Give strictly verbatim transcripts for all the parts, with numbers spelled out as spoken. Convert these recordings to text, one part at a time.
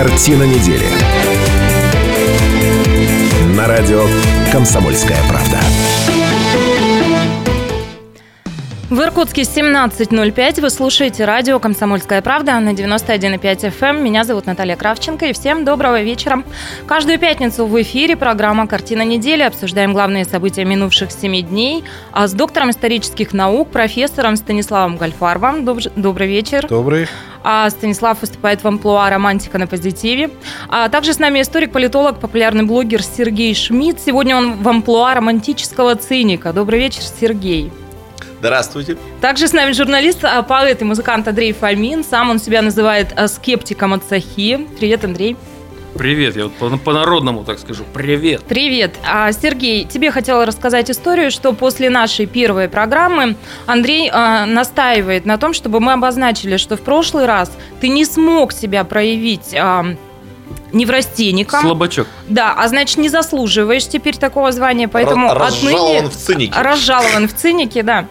Картина недели. На радио «Комсомольская правда». В Иркутске семнадцать ноль пять. Вы слушаете радио «Комсомольская правда» на девяносто один и пять эф эм. Меня зовут Наталья Кравченко. И всем доброго вечера. Каждую пятницу в эфире программа «Картина недели». Обсуждаем главные события минувших семи дней. А с доктором исторических наук, профессором Станиславом Гальфаровым. Добрый вечер. Добрый. А Станислав выступает в амплуа «Романтика на позитиве». А также с нами историк-политолог, популярный блогер Сергей Шмидт. Сегодня он в амплуа романтического циника. Добрый вечер, Сергей. Здравствуйте. Также с нами журналист, поэт и музыкант Андрей Фомин. Сам он себя называет скептиком от Сахи. Привет, Андрей. Привет, я вот по-народному так скажу. Привет. Привет. А, Сергей, тебе хотела рассказать историю, что после нашей первой программы Андрей а, настаивает на том, чтобы мы обозначили, что в прошлый раз ты не смог себя проявить а, неврастенником. Слабачок. Да, а значит, не заслуживаешь теперь такого звания, поэтому разжалован отныне... в цинике. Разжалован в цинике, да.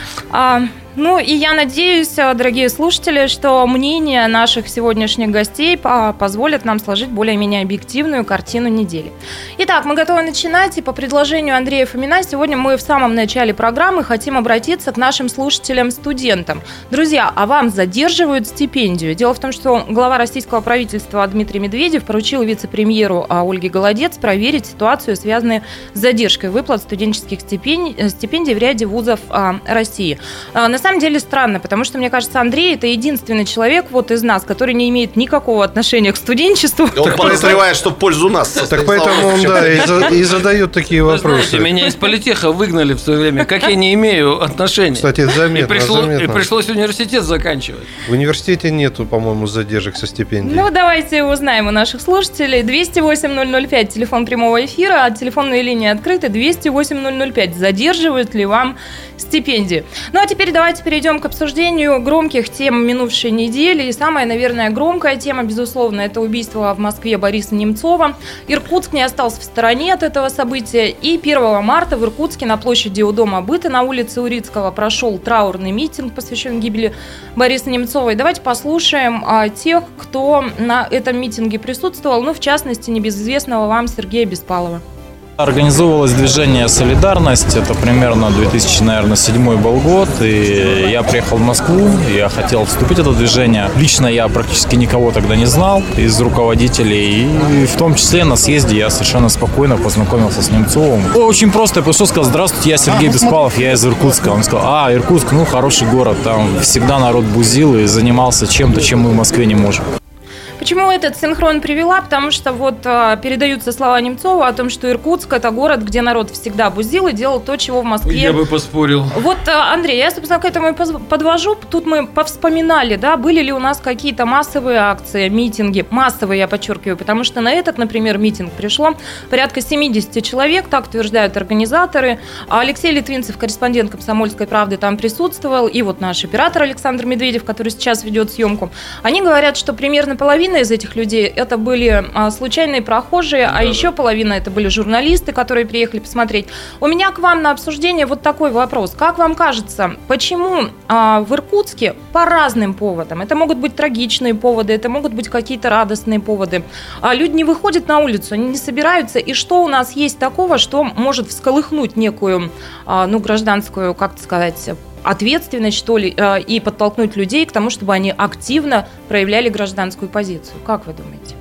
А, ну и я надеюсь, дорогие слушатели, что мнение наших сегодняшних гостей позволит нам сложить более-менее объективную картину недели. Итак, мы готовы начинать, и по предложению Андрея Фомина сегодня мы в самом начале программы хотим обратиться к нашим слушателям-студентам. Друзья, а вам задерживают стипендию? Дело в том, что глава российского правительства Дмитрий Медведев поручил вице-премьеру Ольге Голодец проверить ситуацию, связанную с задержкой выплат студенческих стипендий, стипендий в ряде вузов России. На самом деле странно, потому что, мне кажется, Андрей – это единственный человек вот из нас, который не имеет никакого отношения к студенчеству. Он подозревает, что в пользу нас. Так поэтому он, да, и, за, и задает такие Вы вопросы. знаете, меня из политеха выгнали в свое время. Как я не имею отношения? Кстати, это заметно, и, пришло, заметно. и пришлось университет заканчивать. В университете нету, по-моему, задержек со стипендией. Ну, давайте узнаем у наших слушателей. двести восемь ноль ноль пять, телефон прямого эфира, а телефонные линии открыты. двести восемь ноль ноль пять. Задерживают ли вам стипендию? Ну, а теперь давайте перейдем к обсуждению громких тем минувшей недели. И самая, наверное, громкая тема, безусловно, это убийство в Москве Бориса Немцова. Иркутск не остался в стороне от этого события. И первого марта в Иркутске на площади у Дома быта на улице Урицкого прошел траурный митинг, посвященный гибели Бориса Немцова. И давайте послушаем а, тех, кто на этом митинге присутствовал. Ну, в частности, небезызвестного вам Сергея Беспалова. Организовывалось движение «Солидарность», это примерно две тысячи седьмой был год, и я приехал в Москву, я хотел вступить в это движение. Лично я практически никого тогда не знал из руководителей, и в том числе на съезде я совершенно спокойно познакомился с Немцовым. Очень просто, я пришел, сказал: здравствуйте, я Сергей Беспалов, я из Иркутска. Он сказал: а, Иркутск, ну, хороший город, там всегда народ бузил и занимался чем-то, чем мы в Москве не можем. Почему этот синхрон привела? Потому что вот а, передаются слова Немцова о том, что Иркутск – это город, где народ всегда бузил и делал то, чего в Москве... Я бы поспорил. Вот, а, Андрей, я, собственно, к этому и подвожу. Тут мы повспоминали, да, были ли у нас какие-то массовые акции, митинги. Массовые, я подчеркиваю, потому что на этот, например, митинг пришло порядка семьдесят человек, так утверждают организаторы. А Алексей Литвинцев, корреспондент «Комсомольской правды», там присутствовал. И вот наш оператор Александр Медведев, который сейчас ведет съемку. Они говорят, что примерно половина из этих людей это были а, случайные прохожие, а да, еще да. половина это были журналисты, которые приехали посмотреть. У меня к вам на обсуждение вот такой вопрос. Как вам кажется, почему а, в Иркутске по разным поводам, это могут быть трагичные поводы, это могут быть какие-то радостные поводы, а люди не выходят на улицу, они не собираются, и что у нас есть такого, что может всколыхнуть некую, а, ну, гражданскую, как сказать, ответственность, что ли, и подтолкнуть людей к тому, чтобы они активно проявляли гражданскую позицию. Как вы думаете?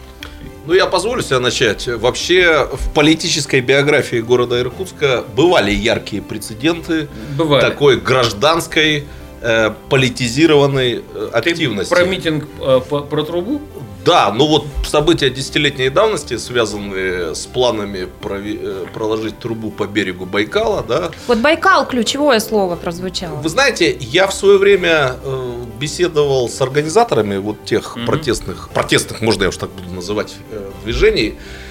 Ну, я позволю себе начать. Вообще, в политической биографии города Иркутска бывали яркие прецеденты бывали. такой гражданской, э, политизированной э, активности. Ты про митинг э, по, про трубу? Да, ну вот события десятилетней давности, связанные с планами прови- проложить трубу по берегу Байкала, да. Вот Байкал — ключевое слово прозвучало. Вы знаете, я в свое время э, беседовал с организаторами вот тех mm-hmm. протестных, протестных, можно я уж так буду называть, э, движений.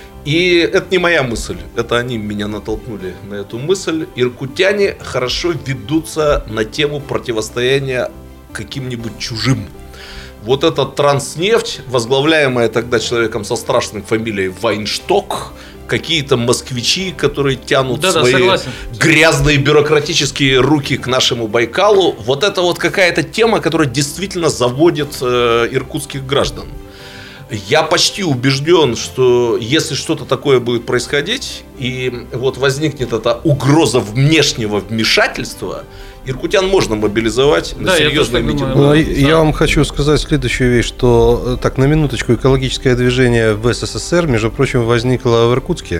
И это не моя мысль, это они меня натолкнули на эту мысль. Иркутяне хорошо ведутся на тему противостояния каким-нибудь чужим. Вот эта Транснефть, возглавляемая тогда человеком со страшной фамилией Вайншток, какие-то москвичи, которые тянут да, свои да, грязные бюрократические руки к нашему Байкалу. Вот это вот какая-то тема, которая действительно заводит э, иркутских граждан. Я почти убежден, что если что-то такое будет происходить, и вот возникнет эта угроза внешнего вмешательства, иркутян можно мобилизовать на Да, серьезные я тоже так митинги. думаю. Ну, я вам хочу сказать следующую вещь, что, так, на минуточку, экологическое движение в СССР, между прочим, возникло в Иркутске.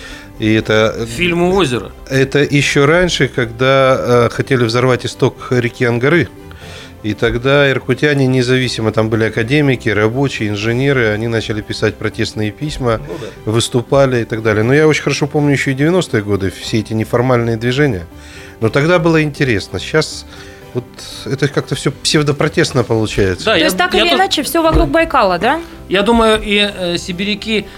И это, Фильм «У озера». это еще раньше, когда э, хотели взорвать исток реки Ангары. И тогда иркутяне независимо, там были академики, рабочие, инженеры, они начали писать протестные письма, Ну да. выступали и так далее. Но я очень хорошо помню еще и девяностые годы, все эти неформальные движения. Но тогда было интересно. Сейчас вот это как-то все псевдопротестно получается. Да, То я- есть так я или тут- иначе все вокруг Байкала, да? Я думаю, и э, сибиряки,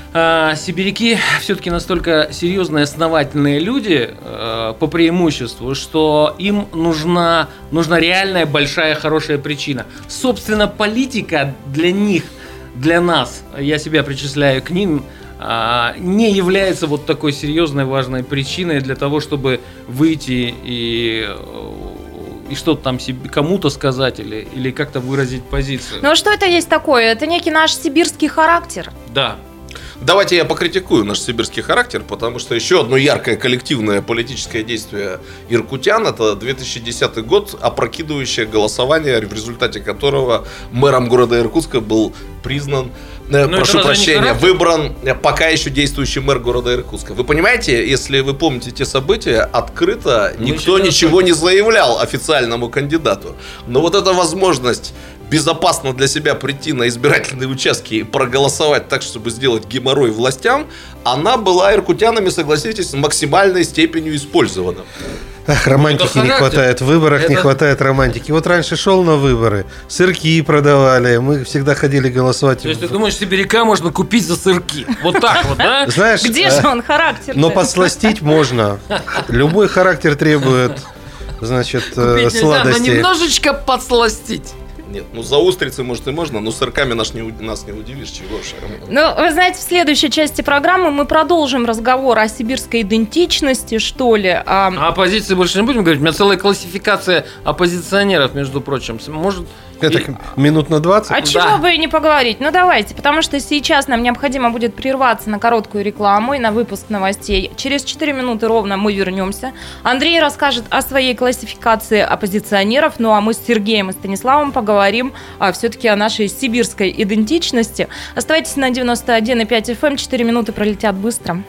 э, сибиряки все-таки настолько серьезные, основательные люди э, по преимуществу, что им нужна, нужна реальная, большая, хорошая причина. Собственно, политика для них, для нас, я себя причисляю к ним, э, не является вот такой серьезной, важной причиной для того, чтобы выйти и... э, и что-то там себе, кому-то сказать или, или как-то выразить позицию. Ну а что это есть такое? Это некий наш сибирский характер. Да. Давайте я покритикую наш сибирский характер, потому что еще одно яркое коллективное политическое действие иркутян — это две тысячи десятый год, опрокидывающее голосование, в результате которого мэром города Иркутска был признан, э, Но прошу это разве не прощения, характер? выбран э, пока еще действующий мэр города Иркутска. Вы понимаете, если вы помните те события, открыто Мы никто сейчас ничего не заявлял официальному кандидату. Но вот эта возможность безопасно для себя прийти на избирательные участки и проголосовать так, чтобы сделать геморрой властям, она была иркутянами, согласитесь, с максимальной степенью использована. Ах, романтики Это не характер. хватает, в выборах не Это- хватает романтики. Вот раньше шел на выборы, сырки продавали, мы всегда ходили голосовать. То есть ты думаешь, сибиряка можно купить за сырки? Вот так вот, да? Знаешь, Где э, же он характер? но подсластить можно. Любой характер требует, значит, э, Купить нельзя, но сладости. немножечко подсластить. Нет, ну за устрицы, может, и можно, но сырками нас не, у- нас не удивишь, чего уж. Ну, вы знаете, в следующей части программы мы продолжим разговор о сибирской идентичности, что ли. А, А оппозиции больше не будем говорить? У меня целая классификация оппозиционеров, между прочим. Может... Это и- минут на двадцать. А чего бы и не поговорить? Ну давайте, потому что сейчас нам необходимо будет прерваться на короткую рекламу и на выпуск новостей. Через четыре минуты ровно мы вернемся. Андрей расскажет о своей классификации оппозиционеров, ну а мы с Сергеем и Станиславом поговорим а, все-таки о нашей сибирской идентичности. Оставайтесь на девяносто один и пять эф эм, четыре минуты пролетят быстро.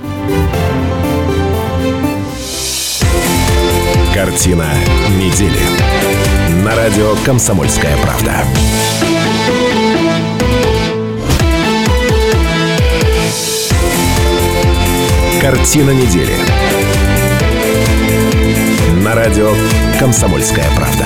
Картина недели. На радио «Комсомольская правда». Картина недели. На радио «Комсомольская правда».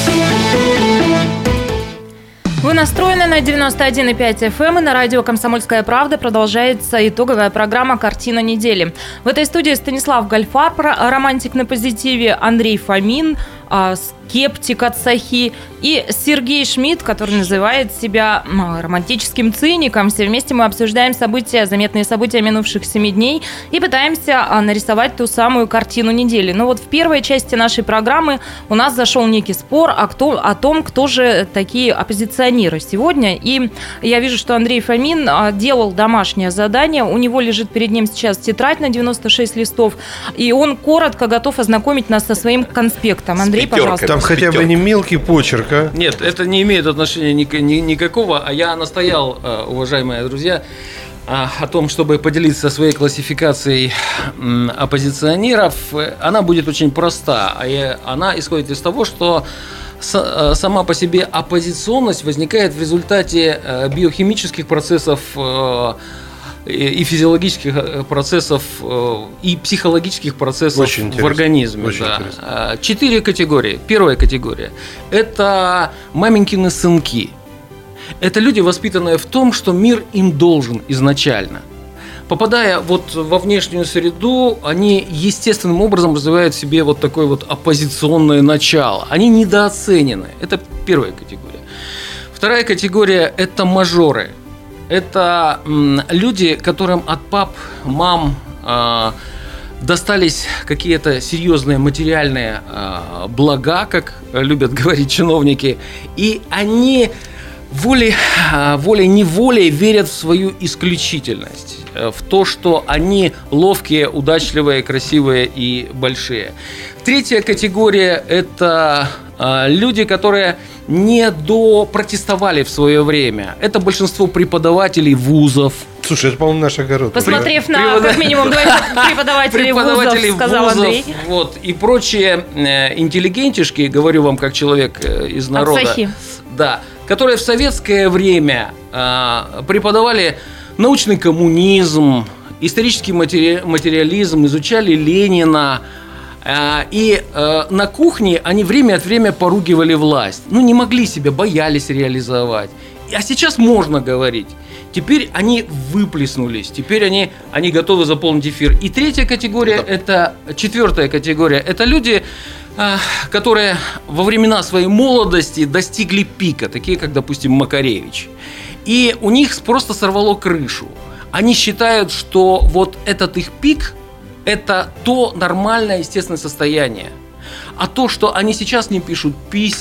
Вы настроены на девяносто один и пять эф эм, и на радио «Комсомольская правда» продолжается итоговая программа «Картина недели». В этой студии Станислав Гальфар, романтик на позитиве, Андрей Фомин, скептик от Сахи, и Сергей Шмидт, который называет себя романтическим циником. Все вместе мы обсуждаем события, заметные события минувших семи дней и пытаемся нарисовать ту самую картину недели. Но вот в первой части нашей программы у нас зашел некий спор о, кто, о том, кто же такие оппозиционеры сегодня. И я вижу, что Андрей Фомин делал домашнее задание. У него лежит перед ним сейчас тетрадь на девяносто шесть листов, и он коротко готов ознакомить нас со своим конспектом. Андрей, пятеркой. пожалуйста. Там хотя бы не мелкий почерк, а? Нет, это не имеет отношения ни, ни- никакого, а я настоял, э, уважаемые друзья, э, о том, чтобы поделиться своей классификацией м, оппозиционеров. Э, Она будет очень проста, а я- она исходит из того, что с- э, сама по себе оппозиционность возникает в результате э, биохимических процессов э, и и физиологических э, процессов, э, и психологических процессов Очень в интересно. организме. Очень да. интересно. А, Четыре категории. Первая категория – это маменькины сынки. Это люди, воспитанные в том, что мир им должен изначально. Попадая вот во внешнюю среду, они естественным образом развивают в себе вот такое вот оппозиционное начало. Они недооценены. Это первая категория. Вторая категория – это мажоры. Это м, люди, которым от пап, мам э, достались какие-то серьезные материальные э, блага, как любят говорить чиновники, и они волей, волей-неволей верят в свою исключительность, в то, что они ловкие, удачливые, красивые и большие. Третья категория – это люди, которые не допротестовали в свое время. Это большинство преподавателей вузов. Слушай, это, по-моему, наш огород. Посмотрев на Преподав... как минимум двоих преподавателей, преподавателей вузов, сказал вузов, Андрей. Вот, и прочие интеллигентишки, говорю вам как человек из народа. Апсахи. Да, которые в советское время э, преподавали научный коммунизм, исторический матери... материализм, изучали Ленина. Э, и э, на кухне они время от времени поругивали власть. Ну, не могли себя, боялись реализовать. А сейчас можно говорить. Теперь они выплеснулись, теперь они, они готовы заполнить эфир. И третья категория, это четвертая категория, это люди, которые во времена своей молодости достигли пика, такие как, допустим, Макаревич. И у них просто сорвало крышу. Они считают, что вот этот их пик – это то нормальное, естественное состояние. А то, что они сейчас не пишут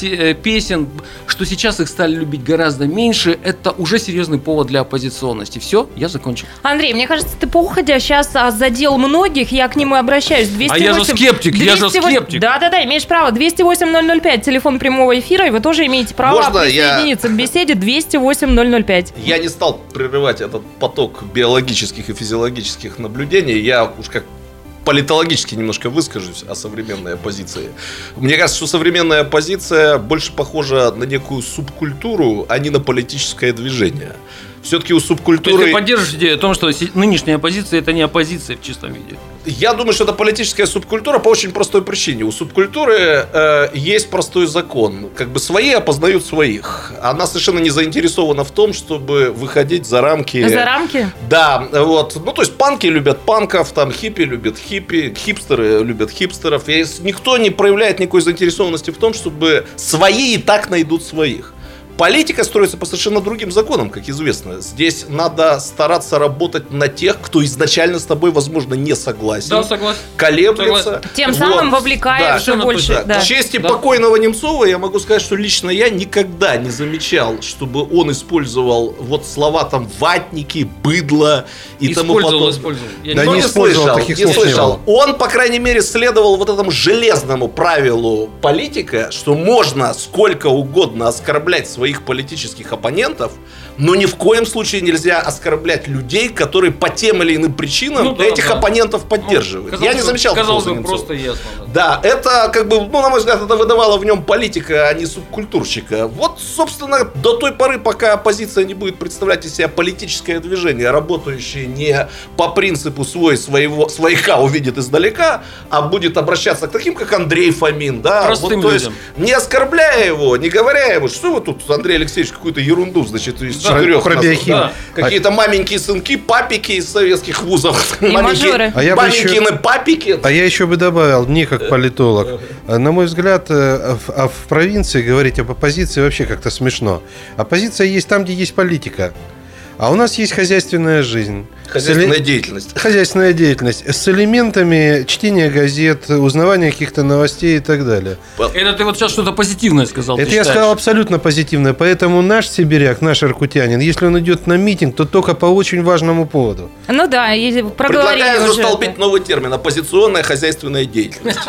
песен, что сейчас их стали любить гораздо меньше, это уже серьезный повод для оппозиционности. Все, я закончил. Андрей, мне кажется, ты походя сейчас задел многих, я к ним и обращаюсь. двести восемь, а я же скептик, двести я же скептик. Да-да-да, имеешь право. двести восемь ноль ноль пять, телефон прямого эфира, и вы тоже имеете право Можно присоединиться я... к беседе двести восемь ноль ноль пять. Я не стал прерывать этот поток биологических и физиологических наблюдений. Я уж как политологически немножко выскажусь о современной оппозиции. Мне кажется, что современная оппозиция больше похожа на некую субкультуру, а не на политическое движение. Все-таки у субкультуры... То есть ты поддерживаешь идею о том, что нынешняя оппозиция – это не оппозиция в чистом виде? Я думаю, что это политическая субкультура по очень простой причине. У субкультуры э, есть простой закон. Как бы свои опознают своих. Она совершенно не заинтересована в том, чтобы выходить за рамки... За рамки? Да, вот. Ну, то есть панки любят панков, там хиппи любят хиппи, хипстеры любят хипстеров. И никто не проявляет никакой заинтересованности в том, чтобы свои и так найдут своих. Политика строится по совершенно другим законам, как известно. Здесь надо стараться работать на тех, кто изначально с тобой, возможно, не согласен. Да, согласен. Колеблется. Согласен. Тем самым вот. вовлекая да. все больше. Да. Да. К чести да. покойного Немцова я могу сказать, что лично я никогда не замечал, чтобы он использовал вот слова там ватники, быдло и тому подобное. Использовал, я да не, не использовал, слышал, таких не слышал. Он, по крайней мере, следовал вот этому железному правилу политика, что можно сколько угодно оскорблять своих политических оппонентов, но ни в коем случае нельзя оскорблять людей, которые по тем или иным причинам ну, да, этих да. оппонентов поддерживают. Ну, казалось, Я не замечал казалось бы, просто ясно. Да. да, это как бы, ну, на мой взгляд, это выдавало в нем политика, а не субкультурщика. Вот, собственно, до той поры, пока оппозиция не будет представлять из себя политическое движение, работающее не по принципу свой своего свояка увидит издалека, а будет обращаться к таким, как Андрей Фомин, да, простым вот, то людям. есть не оскорбляя его, не говоря ему, что вы тут, Андрей Алексеевич, какую-то ерунду, значит, из да, четырех про да. какие-то маменькие сынки, папики из советских вузов, и мажоры. А я маменькины еще, папики. А я еще бы добавил, не как политолог, на мой взгляд, в, а в провинции говорить об оппозиции вообще как-то смешно. Оппозиция есть там, где есть политика. А у нас есть хозяйственная жизнь. Хозяйственная эли... деятельность. Хозяйственная деятельность. С элементами чтения газет, узнавания каких-то новостей и так далее. Это ты вот сейчас что-то позитивное сказал. Это я сказал абсолютно позитивное. Поэтому наш сибиряк, наш иркутянин, если он идет на митинг, то только по очень важному поводу. Ну да, проговорили. Предлагаю уже застолбить это. Новый термин. Оппозиционная хозяйственная деятельность.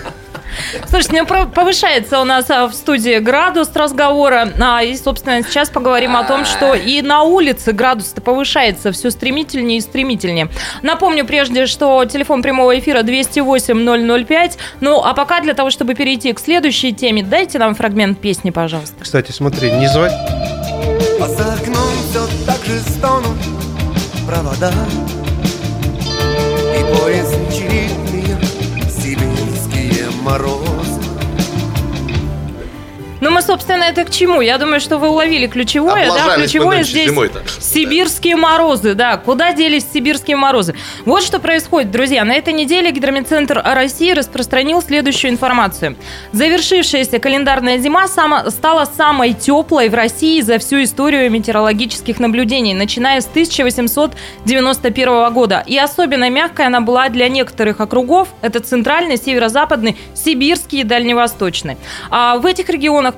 Слушайте, ну повышается у нас в студии градус разговора, а, и, собственно, сейчас поговорим о том, что и на улице градус-то повышается все стремительнее и стремительнее. Напомню прежде, что телефон прямого эфира двести восемь ноль ноль пять. Ну, а пока для того, чтобы перейти к следующей теме, дайте нам фрагмент песни, пожалуйста. Кстати, смотри, не звать. А за окном все так же стонут провода, и поезд мчит мир сибирские морозы. Ну, мы, собственно, это к чему? Я думаю, что вы уловили ключевое, да? Ключевое здесь сибирские морозы, да. Куда делись сибирские морозы? Вот что происходит, друзья. На этой неделе Гидрометцентр России распространил следующую информацию. Завершившаяся календарная зима сама, стала самой теплой в России за всю историю метеорологических наблюдений, начиная с тысяча восемьсот девяносто первого года. И особенно мягкой она была для некоторых округов. Это центральный, северо-западный, сибирский и дальневосточный. А в этих регионах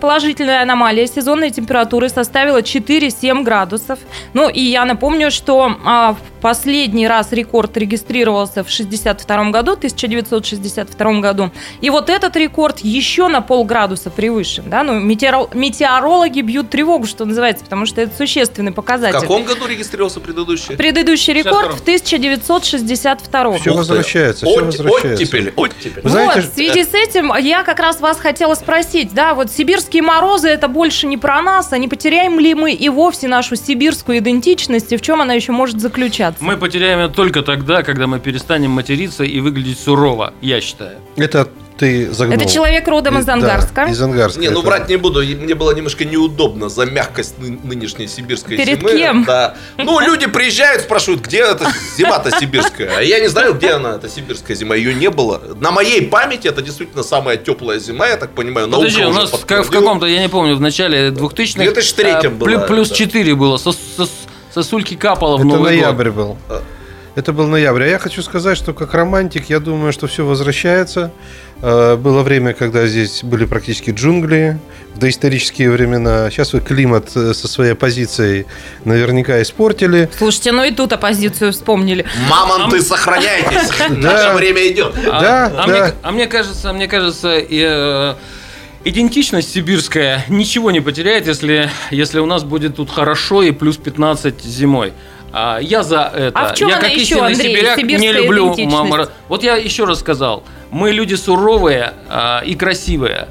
положительная аномалия сезонной температуры составила четыре-семь градусов. Ну и я напомню, что а, последний раз рекорд регистрировался в шестьдесят втором году, тысяча девятьсот шестьдесят втором году. И вот этот рекорд еще на полградуса превышен. Да? Ну, метеоро- метеорологи бьют тревогу, что называется, потому что это существенный показатель. В каком году регистрировался предыдущий? Предыдущий рекорд в тысяча девятьсот шестьдесят втором. Все возвращается, все возвращается. Оттепель, оттепель. Вот, знаете, в связи с этим я как раз вас хотела спросить, да, вот сибирские морозы — это больше не про нас, а не потеряем ли мы и вовсе нашу сибирскую идентичность, и в чем она еще может заключаться? Мы потеряем ее только тогда, когда мы перестанем материться и выглядеть сурово, я считаю. Это ты загнул. Это человек родом из Ангарска. Да, из Ангарска. Не, ну это. врать не буду. Мне было немножко неудобно за мягкость ны- нынешней сибирской Перед зимы. кем? Да. Ну, люди приезжают, спрашивают, где эта зима-то сибирская. А я не знаю, где она, эта сибирская зима. Ее не было. На моей памяти это действительно самая теплая зима, я так понимаю. Наука Подожди, у уже нас как, в подтвердила. каком-то, я не помню, в начале двухтысячных... В две тысячи третьем а, было, Плюс да. четыре было, со, со, сосульки капало в Это Новый ноябрь год. был. Это был ноябрь. А я хочу сказать, что как романтик, я думаю, что все возвращается. Было время, когда здесь были практически джунгли в доисторические времена. Сейчас вы климат со своей оппозицией наверняка испортили. Слушайте, ну и тут оппозицию вспомнили. Мамонты, сохраняйтесь. Наше время идет. А, Да, а, да. Мне, а мне кажется, мне кажется, э, идентичность сибирская ничего не потеряет, если, если у нас будет тут хорошо и плюс пятнадцать зимой. А, я за это. А в чем я она как еще, истинный Андрей, сибиряк не сибирская люблю идентичность? мамор... Вот я еще раз сказал, мы люди суровые а, и красивые.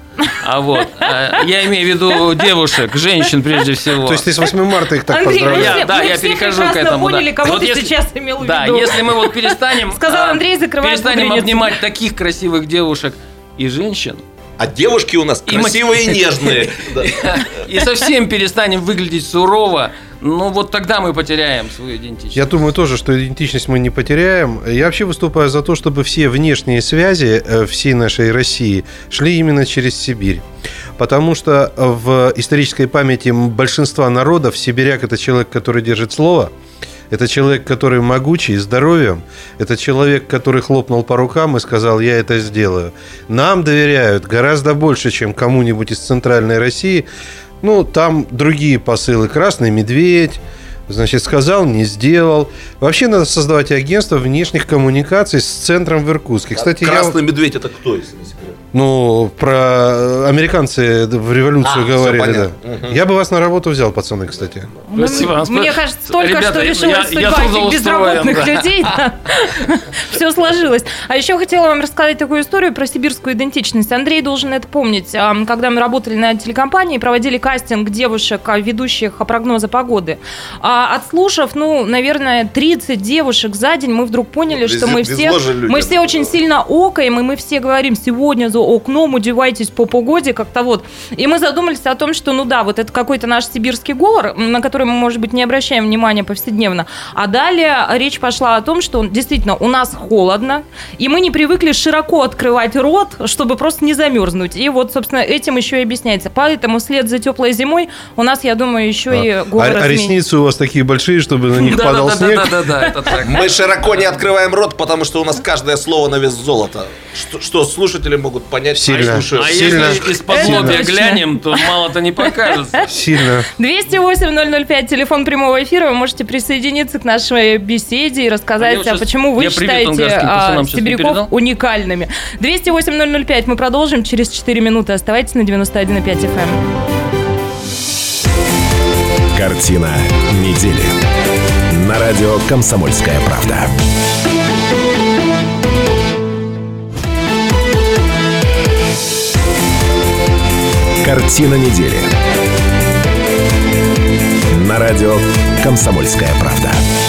А вот, а, я имею в виду девушек, женщин прежде всего. То есть ты с восьмым марта их так Андрей, мы поздравляешь? все, Я- да, мы я все перехожу прекрасно к этому, поняли, да. кого Вот ты если- сейчас имел в Да, виду. если мы вот перестанем, Сказал а, Андрей, закрывает перестанем пудрениcu. обнимать таких красивых девушек и женщин, А девушки у нас И красивые и мать- нежные. Да. и совсем перестанем выглядеть сурово, ну вот тогда мы потеряем свою идентичность. Я думаю тоже, что идентичность мы не потеряем. Я вообще выступаю за то, чтобы все внешние связи э, всей нашей России шли именно через Сибирь. Потому что в исторической памяти большинства народов сибиряк – это человек, который держит слово. Это человек, который могучий, здоровьем. Это человек, который хлопнул по рукам и сказал: я это сделаю. Нам доверяют гораздо больше, чем кому-нибудь из центральной России. Ну, там другие посылы. Красный медведь. Значит, сказал, не сделал. Вообще надо создавать агентство внешних коммуникаций с центром в Иркутске. Кстати, Красный я... медведь это кто, если не секрет? Ну, про американцы в революцию А, всё говорили, да. понятно. Мгм. Я бы вас на работу взял, пацаны, кстати. Ну, Спасибо. Мне кажется, только Ребята, что я- решилась я судьба этих трудоустроен, безработных да. людей. Все сложилось. А еще хотела вам рассказать такую историю про сибирскую идентичность. Андрей должен это помнить. А, Когда мы работали на телекомпании, проводили кастинг девушек, а, ведущих прогноза погоды. А, Отслушав, ну, наверное, тридцать девушек за день, мы вдруг поняли, что мы все, Везло же людям. мы все очень сильно окаем, и мы все говорим: сегодня за окном одевайтесь по погоде, как-то вот. И мы задумались о том, что, ну да, вот это какой-то наш сибирский говор, на который мы, может быть, не обращаем внимания повседневно. А далее речь пошла о том, что действительно у нас холодно, и мы не привыкли широко открывать рот, чтобы просто не замерзнуть. И вот, собственно, этим еще и объясняется. Поэтому вслед за теплой зимой у нас, я думаю, еще и А, говор а изменится. ресницы у вас такие большие, чтобы на них падал снег? Да-да-да, это так. Мы широко не открываем рот, потому что у нас каждое слово на вес золота. Что, что слушатели могут понять, Сильно. слушая. А Сильно. если из-под Это лобья точно. глянем, то мало-то не покажется. Сильно. двести восемь ноль ноль пять, телефон прямого эфира. Вы можете присоединиться к нашей беседе и А рассказать, я вот а щас- почему вы я привет считаете ангарским а, пацанам щас не сибиряков передал? уникальными. двести восемь ноль ноль пять. Мы продолжим через четыре минуты. Оставайтесь на девяносто один и пять эф эм. Картина недели. На радио «Комсомольская правда». Картина недели. На радио «Комсомольская правда».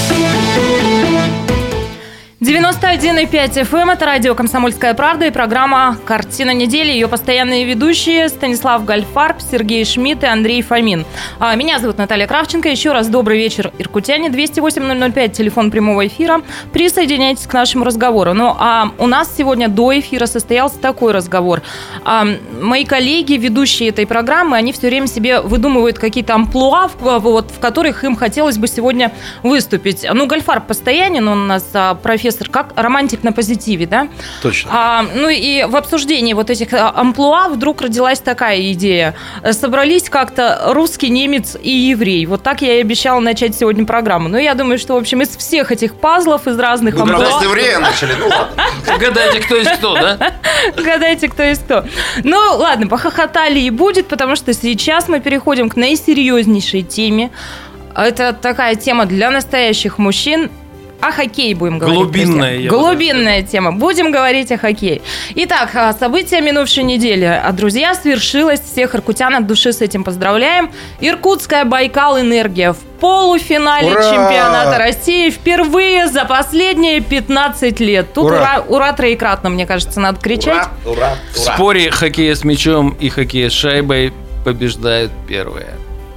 девяносто один и пять эф эм. Это радио «Комсомольская правда» и программа «Картина недели». Ее постоянные ведущие Станислав Гальфарб, Сергей Шмидт и Андрей Фомин. А, Меня зовут Наталья Кравченко. Еще раз добрый вечер, иркутяне. двести восемь ноль ноль пять, телефон прямого эфира. Присоединяйтесь к нашему разговору. Ну, а у нас сегодня до эфира состоялся такой разговор. А, Мои коллеги, ведущие этой программы, они все время себе выдумывают какие-то амплуа, в- вот, в которых им хотелось бы сегодня выступить. Ну, Гальфарб постоянен, он у нас а, профессор, как как романтик на позитиве, да? Точно. А, ну и в обсуждении вот этих амплуа вдруг родилась такая идея. Собрались как-то русский, немец и еврей. Вот так я и обещала начать сегодня программу. Но я думаю, что, в общем, из всех этих пазлов, из разных Ну, амплуа... с еврея начали, ну ладно. Гадайте, кто есть кто, да? Гадайте, кто есть кто. Ну, ладно, похохотали и будет, потому что сейчас мы переходим к наисерьезнейшей теме. Это такая тема для настоящих мужчин. О хоккее будем говорить. Глубинная, друзья. я Глубинная тема. Будем говорить о хоккее. Итак, события минувшей недели. А, друзья, свершилось. Всех иркутян от души с этим поздравляем. Иркутская Байкал Энергия в полуфинале Ура! чемпионата России впервые за последние пятнадцать лет. Тут ура, Ура, ура троекратно, мне кажется, надо кричать. Ура, ура, В ура. споре хоккея с мячом и хоккея с шайбой побеждают первые.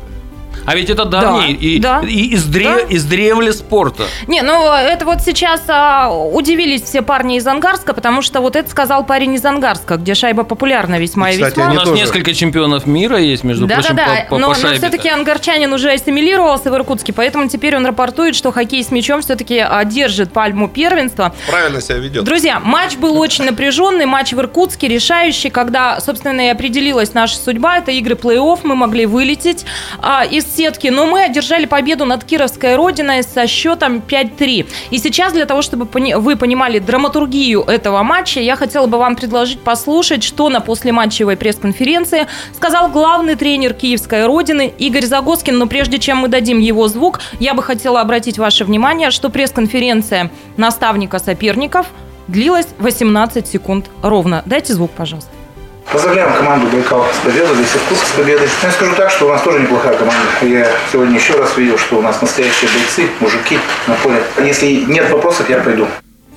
А ведь это давний, Да, и, да. и из, древ, Да. из древля спорта. Не, ну это вот сейчас а, удивились все парни из Ангарска, потому что вот это сказал парень из Ангарска, где шайба популярна весьма и, И, кстати, весьма. У они нас тоже. несколько чемпионов мира есть, между прочим, Да-да-да, по, по, но, по но шайбе. все-таки ангарчанин уже ассимилировался в Иркутске, поэтому теперь он рапортует, что хоккей с мячом все-таки а, держит пальму первенства. Правильно себя ведет. Друзья, матч был очень напряженный, матч в Иркутске, решающий, когда, собственно, и определилась наша судьба. Это игры плей-офф, мы могли вылететь а, из сетки, но мы одержали победу над Кировской Родиной со счетом пять три. И сейчас, для того, чтобы пони- вы понимали драматургию этого матча, я хотела бы вам предложить послушать, что на послематчевой пресс-конференции сказал главный тренер Киевской Родины Игорь Загоскин. Но прежде чем мы дадим его звук, я бы хотела обратить ваше внимание, что пресс-конференция наставника соперников длилась восемнадцать секунд ровно. Дайте звук, пожалуйста. Поздравляем команду Байкал с победой, весь Иркутск с победой. Но я скажу так, что у нас тоже неплохая команда. Я сегодня еще раз видел, что у нас настоящие бойцы, мужики на поле. Если нет вопросов, я пойду.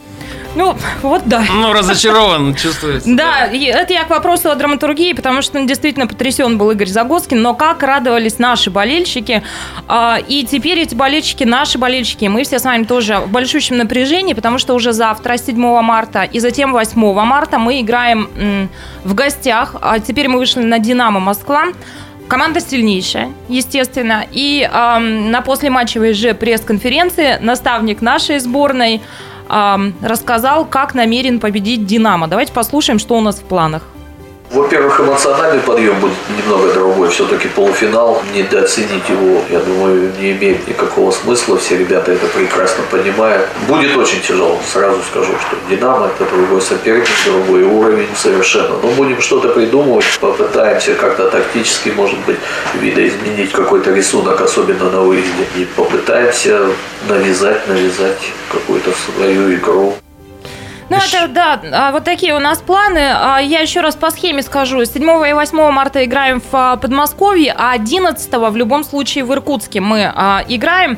Ну, вот да. Ну, разочарован, чувствуется. Да, и это я к вопросу о драматургии, потому что действительно потрясен был Игорь Загоскин, но как радовались наши болельщики. А, И теперь эти болельщики, наши болельщики, мы все с вами тоже в большущем напряжении, потому что уже завтра, седьмого марта, и затем восьмого марта мы играем м, в гостях. А теперь мы вышли на «Динамо Москва». Команда сильнейшая, естественно. И эм, на послематчевой же пресс-конференции наставник нашей сборной эм, рассказал, как намерен победить «Динамо». Давайте послушаем, что у нас в планах. Во-первых, эмоциональный подъем будет немного другой. Все-таки полуфинал, недооценить его, я думаю, не имеет никакого смысла. Все ребята это прекрасно понимают. Будет очень тяжело, сразу скажу, что «Динамо» — это другой соперник, другой уровень совершенно. Но будем что-то придумывать, попытаемся как-то тактически, может быть, видоизменить какой-то рисунок, особенно на выезде. И попытаемся навязать, навязать какую-то свою игру. Ну, это, да, вот такие у нас планы. Я еще раз по схеме скажу. седьмого и восьмого марта играем в Подмосковье, а одиннадцатого в любом случае в Иркутске мы играем.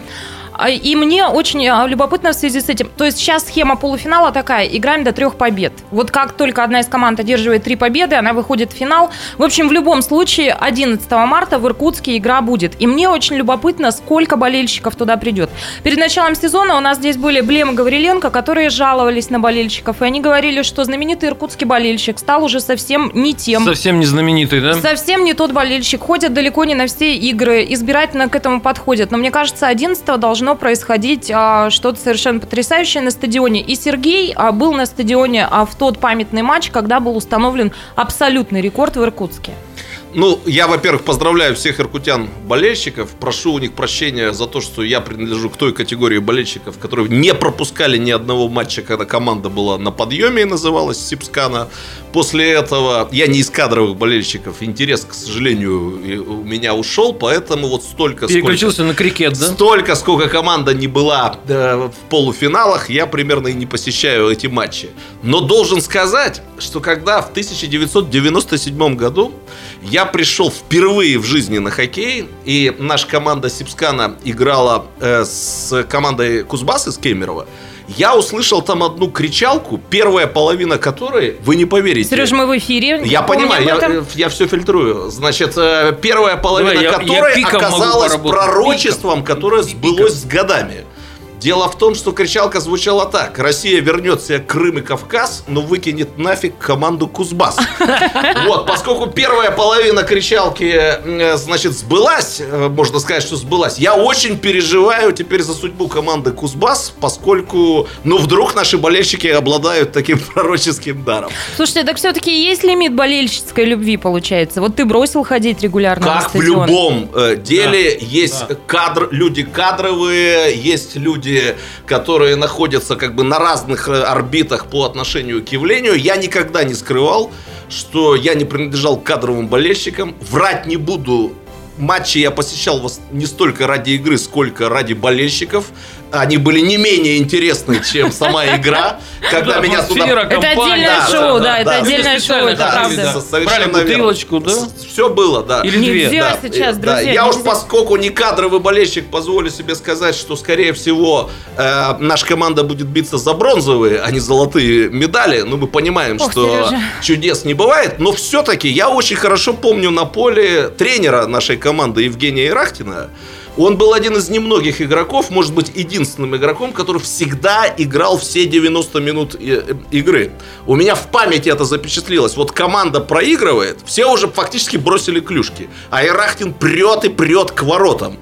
И мне очень любопытно в связи с этим. То есть сейчас схема полуфинала такая. Играем до трех побед. Вот как только одна из команд одерживает три победы, она выходит в финал. В общем, в любом случае, одиннадцатого марта в Иркутске игра будет. И мне очень любопытно, сколько болельщиков туда придет. Перед началом сезона у нас здесь были Блем и Гавриленко, которые жаловались на болельщиков. И они говорили, что знаменитый иркутский болельщик стал уже совсем не тем. Совсем не знаменитый, да? Совсем не тот болельщик. Ходят далеко не на все игры. Избирательно к этому подходят. Но мне кажется, одиннадцатого должно происходить а, что-то совершенно потрясающее на стадионе. И Сергей а, был на стадионе а, в тот памятный матч, когда был установлен абсолютный рекорд в Иркутске. Ну, я, во-первых, поздравляю всех иркутян-болельщиков. Прошу у них прощения за то, что я принадлежу к той категории болельщиков, которые не пропускали ни одного матча, когда команда была на подъеме и называлась Сипскана. После этого я не из кадровых болельщиков. Интерес, к сожалению, у меня ушел, поэтому вот столько... Переключился сколько, на крикет, да? Столько, сколько команда не была э, в полуфиналах, я примерно и не посещаю эти матчи. Но должен сказать, что когда в тысяча девятьсот девяносто седьмом году я пришел впервые в жизни на хоккей, и наша команда Сипскана играла э, с командой Кузбасс из Кемерово, я услышал там одну кричалку, первая половина которой, вы не поверите. Сереж, мы в эфире. Я понимаю, я, я все фильтрую. Значит, первая половина Давай, я- которой я пиком могу оказалась поработать. пророчеством, Пиком. которое Пиком. сбылось с годами. Дело в том, что кричалка звучала так: Россия вернет себе Крым и Кавказ, но выкинет нафиг команду Кузбасс. Вот, поскольку первая половина кричалки, значит, сбылась, можно сказать, что сбылась, я очень переживаю теперь за судьбу команды Кузбасс, поскольку, ну, вдруг наши болельщики обладают таким пророческим даром. Слушайте, так все-таки есть лимит болельщической любви, получается? Вот ты бросил ходить регулярно на Как в стадион. любом э, деле, Да. есть Да. кадр, люди кадровые, есть люди, которые находятся как бы на разных э, орбитах по отношению к явлению. Я никогда не скрывал, что я не принадлежал к кадровым болельщикам. Врать не буду. Матчи я посещал вас не столько ради игры, сколько ради болельщиков. Они были не менее интересны, чем сама игра. Когда Да, меня туда... атмосфера, Это компания. отдельное Да, шоу, да, да, это да. отдельное шоу, это Да, правда. да. Совершенно Брали верно. бутылочку, да? Все было, да. Или две. Нельзя Да, сейчас, да. друзья, Я уж нельзя. поскольку не кадровый болельщик, позволю себе сказать, что, скорее всего, э, наша команда будет биться за бронзовые, а не золотые медали. Ну, мы понимаем, Ох, что Сережа. чудес не бывает. Но все-таки я очень хорошо помню на поле тренера нашей команды Евгения Ирахтина. Он был один из немногих игроков, может быть, единственным игроком, который всегда играл все девяносто минут и- игры. У меня в памяти это запечатлелось. Вот команда проигрывает, все уже фактически бросили клюшки, а Ирахтин прет и прет к воротам.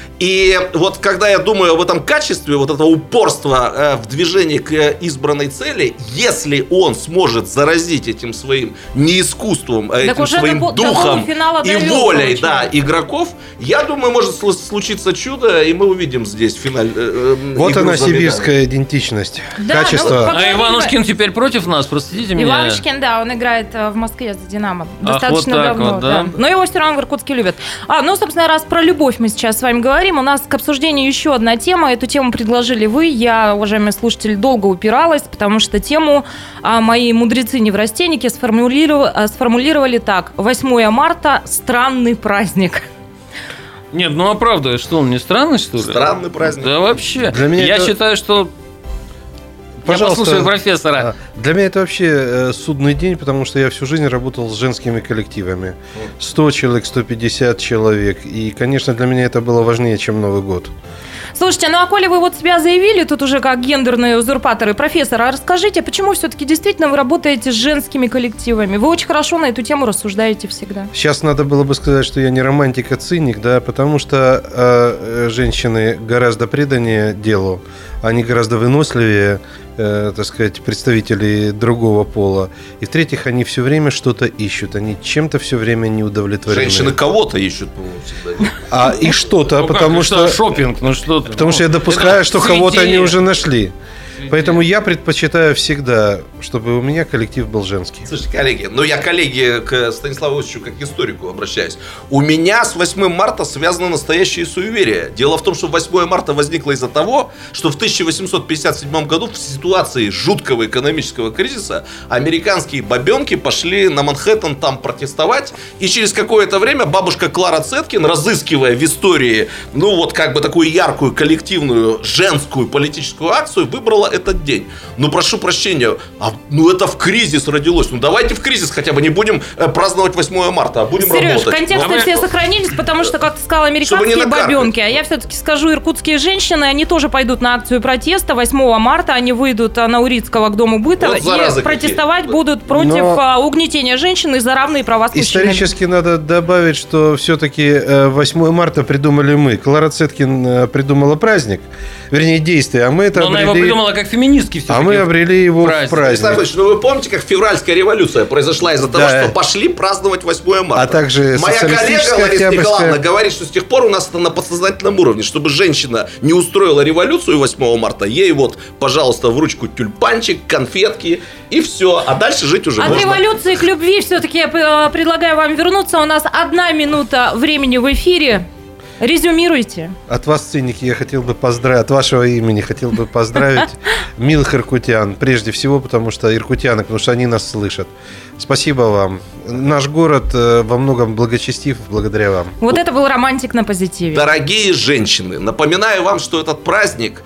И вот когда я думаю об этом качестве, вот этого упорства э, в движении к э, избранной цели, если он сможет заразить этим своим не искусством, а Так этим уже своим до- до духом полуфинала и довел, волей, да, получается. игроков, я думаю, может слу- случиться чудо, и мы увидим здесь финаль. э, э, Вот игру она, за медаль. сибирская идентичность. Да, Качество. ну, А поговорим Иванушкин теперь против нас, простите меня. Иванушкин, да, он играет э, в Москве за «Динамо». Ах, Достаточно вот так давно, вот, да? Но его все равно в Иркутске любят. А, ну, собственно, раз про любовь мы сейчас с вами говорим, у нас к обсуждению еще одна тема. Эту тему предложили вы. Я, уважаемые слушатели, долго упиралась, потому что тему а, мои мудрецы-неврастенники сформулировали, а, сформулировали так. восьмое марта – странный праздник. Нет, ну а правда, что он не странный, что ли? Странный праздник. Да вообще. Для меня Я это- считаю, что... Пожалуйста. Я послушаю профессора. А, Для меня это вообще э, судный день, потому что я всю жизнь работал с женскими коллективами. сто человек, сто пятьдесят человек. И, конечно, для меня это было важнее, чем Новый год. Слушайте, ну а коли вы вот себя заявили тут уже как гендерные узурпаторы, профессор, а расскажите, почему все-таки действительно вы работаете с женскими коллективами? Вы очень хорошо на эту тему рассуждаете всегда. Сейчас надо было бы сказать, что я не романтик, а циник, да, потому что э, женщины гораздо преданнее делу, они гораздо выносливее, э, так сказать, представителей другого пола. И в-третьих, они все время что-то ищут, они чем-то все время не удовлетворены. Женщины кого-то ищут, по-моему, всегда. А и что-то, Ну как, потому ну что... шопинг, ну что ты. Потому что я Ну, допускаю, это что кого-то они цветение. уже нашли. Поэтому я предпочитаю всегда, чтобы у меня коллектив был женский. Слушайте, коллеги, ну я, коллеги, к Станиславу Иосифовичу как к историку обращаюсь. У меня с восьмым марта связано настоящее суеверие. Дело в том, что восьмое марта возникло из-за того, что в тысяча восемьсот пятьдесят седьмом году в ситуации жуткого экономического кризиса американские бабенки пошли на Манхэттен там протестовать. И через какое-то время бабушка Клара Цеткин, разыскивая в истории, ну вот как бы такую яркую коллективную женскую политическую акцию, выбрала этот день. Ну, прошу прощения, а, ну это в кризис родилось. Ну, давайте в кризис хотя бы не будем э, праздновать восьмое марта, а будем Сереж, работать. контексты Ну, все сохранились, потому что, как ты сказал, Чтобы не американские накаркать. бабенки. А я все-таки скажу, иркутские женщины, они тоже пойдут на акцию протеста. восьмого марта они выйдут а, на Урицкого к Дому быта Вот заразы и протестовать какие. будут против Но- а, угнетения женщин и за равные права с мужчинами. Исторически надо добавить, что все-таки восьмое марта придумали мы. Клара Цеткин э, придумала праздник, вернее, действие, а мы это Но она его обрели... придумала как феминистки все. А мы обрели его праздник. в праздник. Станислав Ильич, ну вы помните, как февральская революция произошла из-за того, Да. что пошли праздновать восьмое марта? А также Моя коллега социалистическая Лариса октябрьская. Николаевна говорит, что с тех пор у нас это на подсознательном уровне. Чтобы женщина не устроила революцию восьмого марта, ей вот, пожалуйста, в ручку тюльпанчик, конфетки и все. А дальше жить уже От можно. революции к любви все-таки я э, предлагаю вам вернуться. У нас одна минута времени в эфире. Резюмируйте. От вас, циники, я хотел бы поздравить, от вашего имени хотел бы поздравить милых иркутян, прежде всего, потому что иркутянок, потому что они нас слышат. Спасибо вам. Наш город э, во многом благочестив благодаря вам. Вот это был романтик на позитиве. Дорогие женщины, напоминаю вам, что этот праздник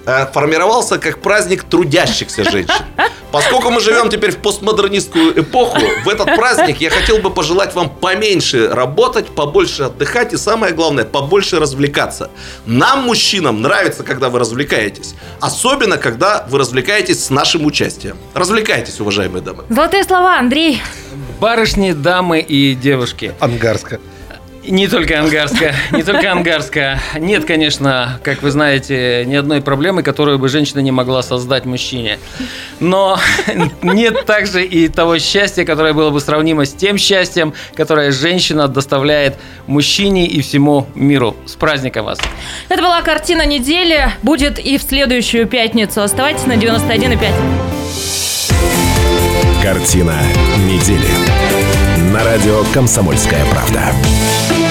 э, формировался как праздник трудящихся женщин. Поскольку мы живем теперь в постмодернистскую эпоху, в этот праздник я хотел бы пожелать вам поменьше работать, побольше отдыхать и, самое главное, побольше развлекаться. Нам, мужчинам, нравится, когда вы развлекаетесь. Особенно, когда вы развлекаетесь с нашим участием. Развлекайтесь, уважаемые дамы. Золотые слова, Андрей. Барышни, дамы и девушки. Ангарска. Не только Ангарска, не только Ангарска. Нет, конечно, как вы знаете, ни одной проблемы, которую бы женщина не могла создать мужчине. Но нет также и того счастья, которое было бы сравнимо с тем счастьем, которое женщина доставляет мужчине и всему миру. С праздником вас! Это была «Картина недели». Будет и в следующую пятницу. Оставайтесь на девяносто один и пять. Картина недели. На радио «Комсомольская правда».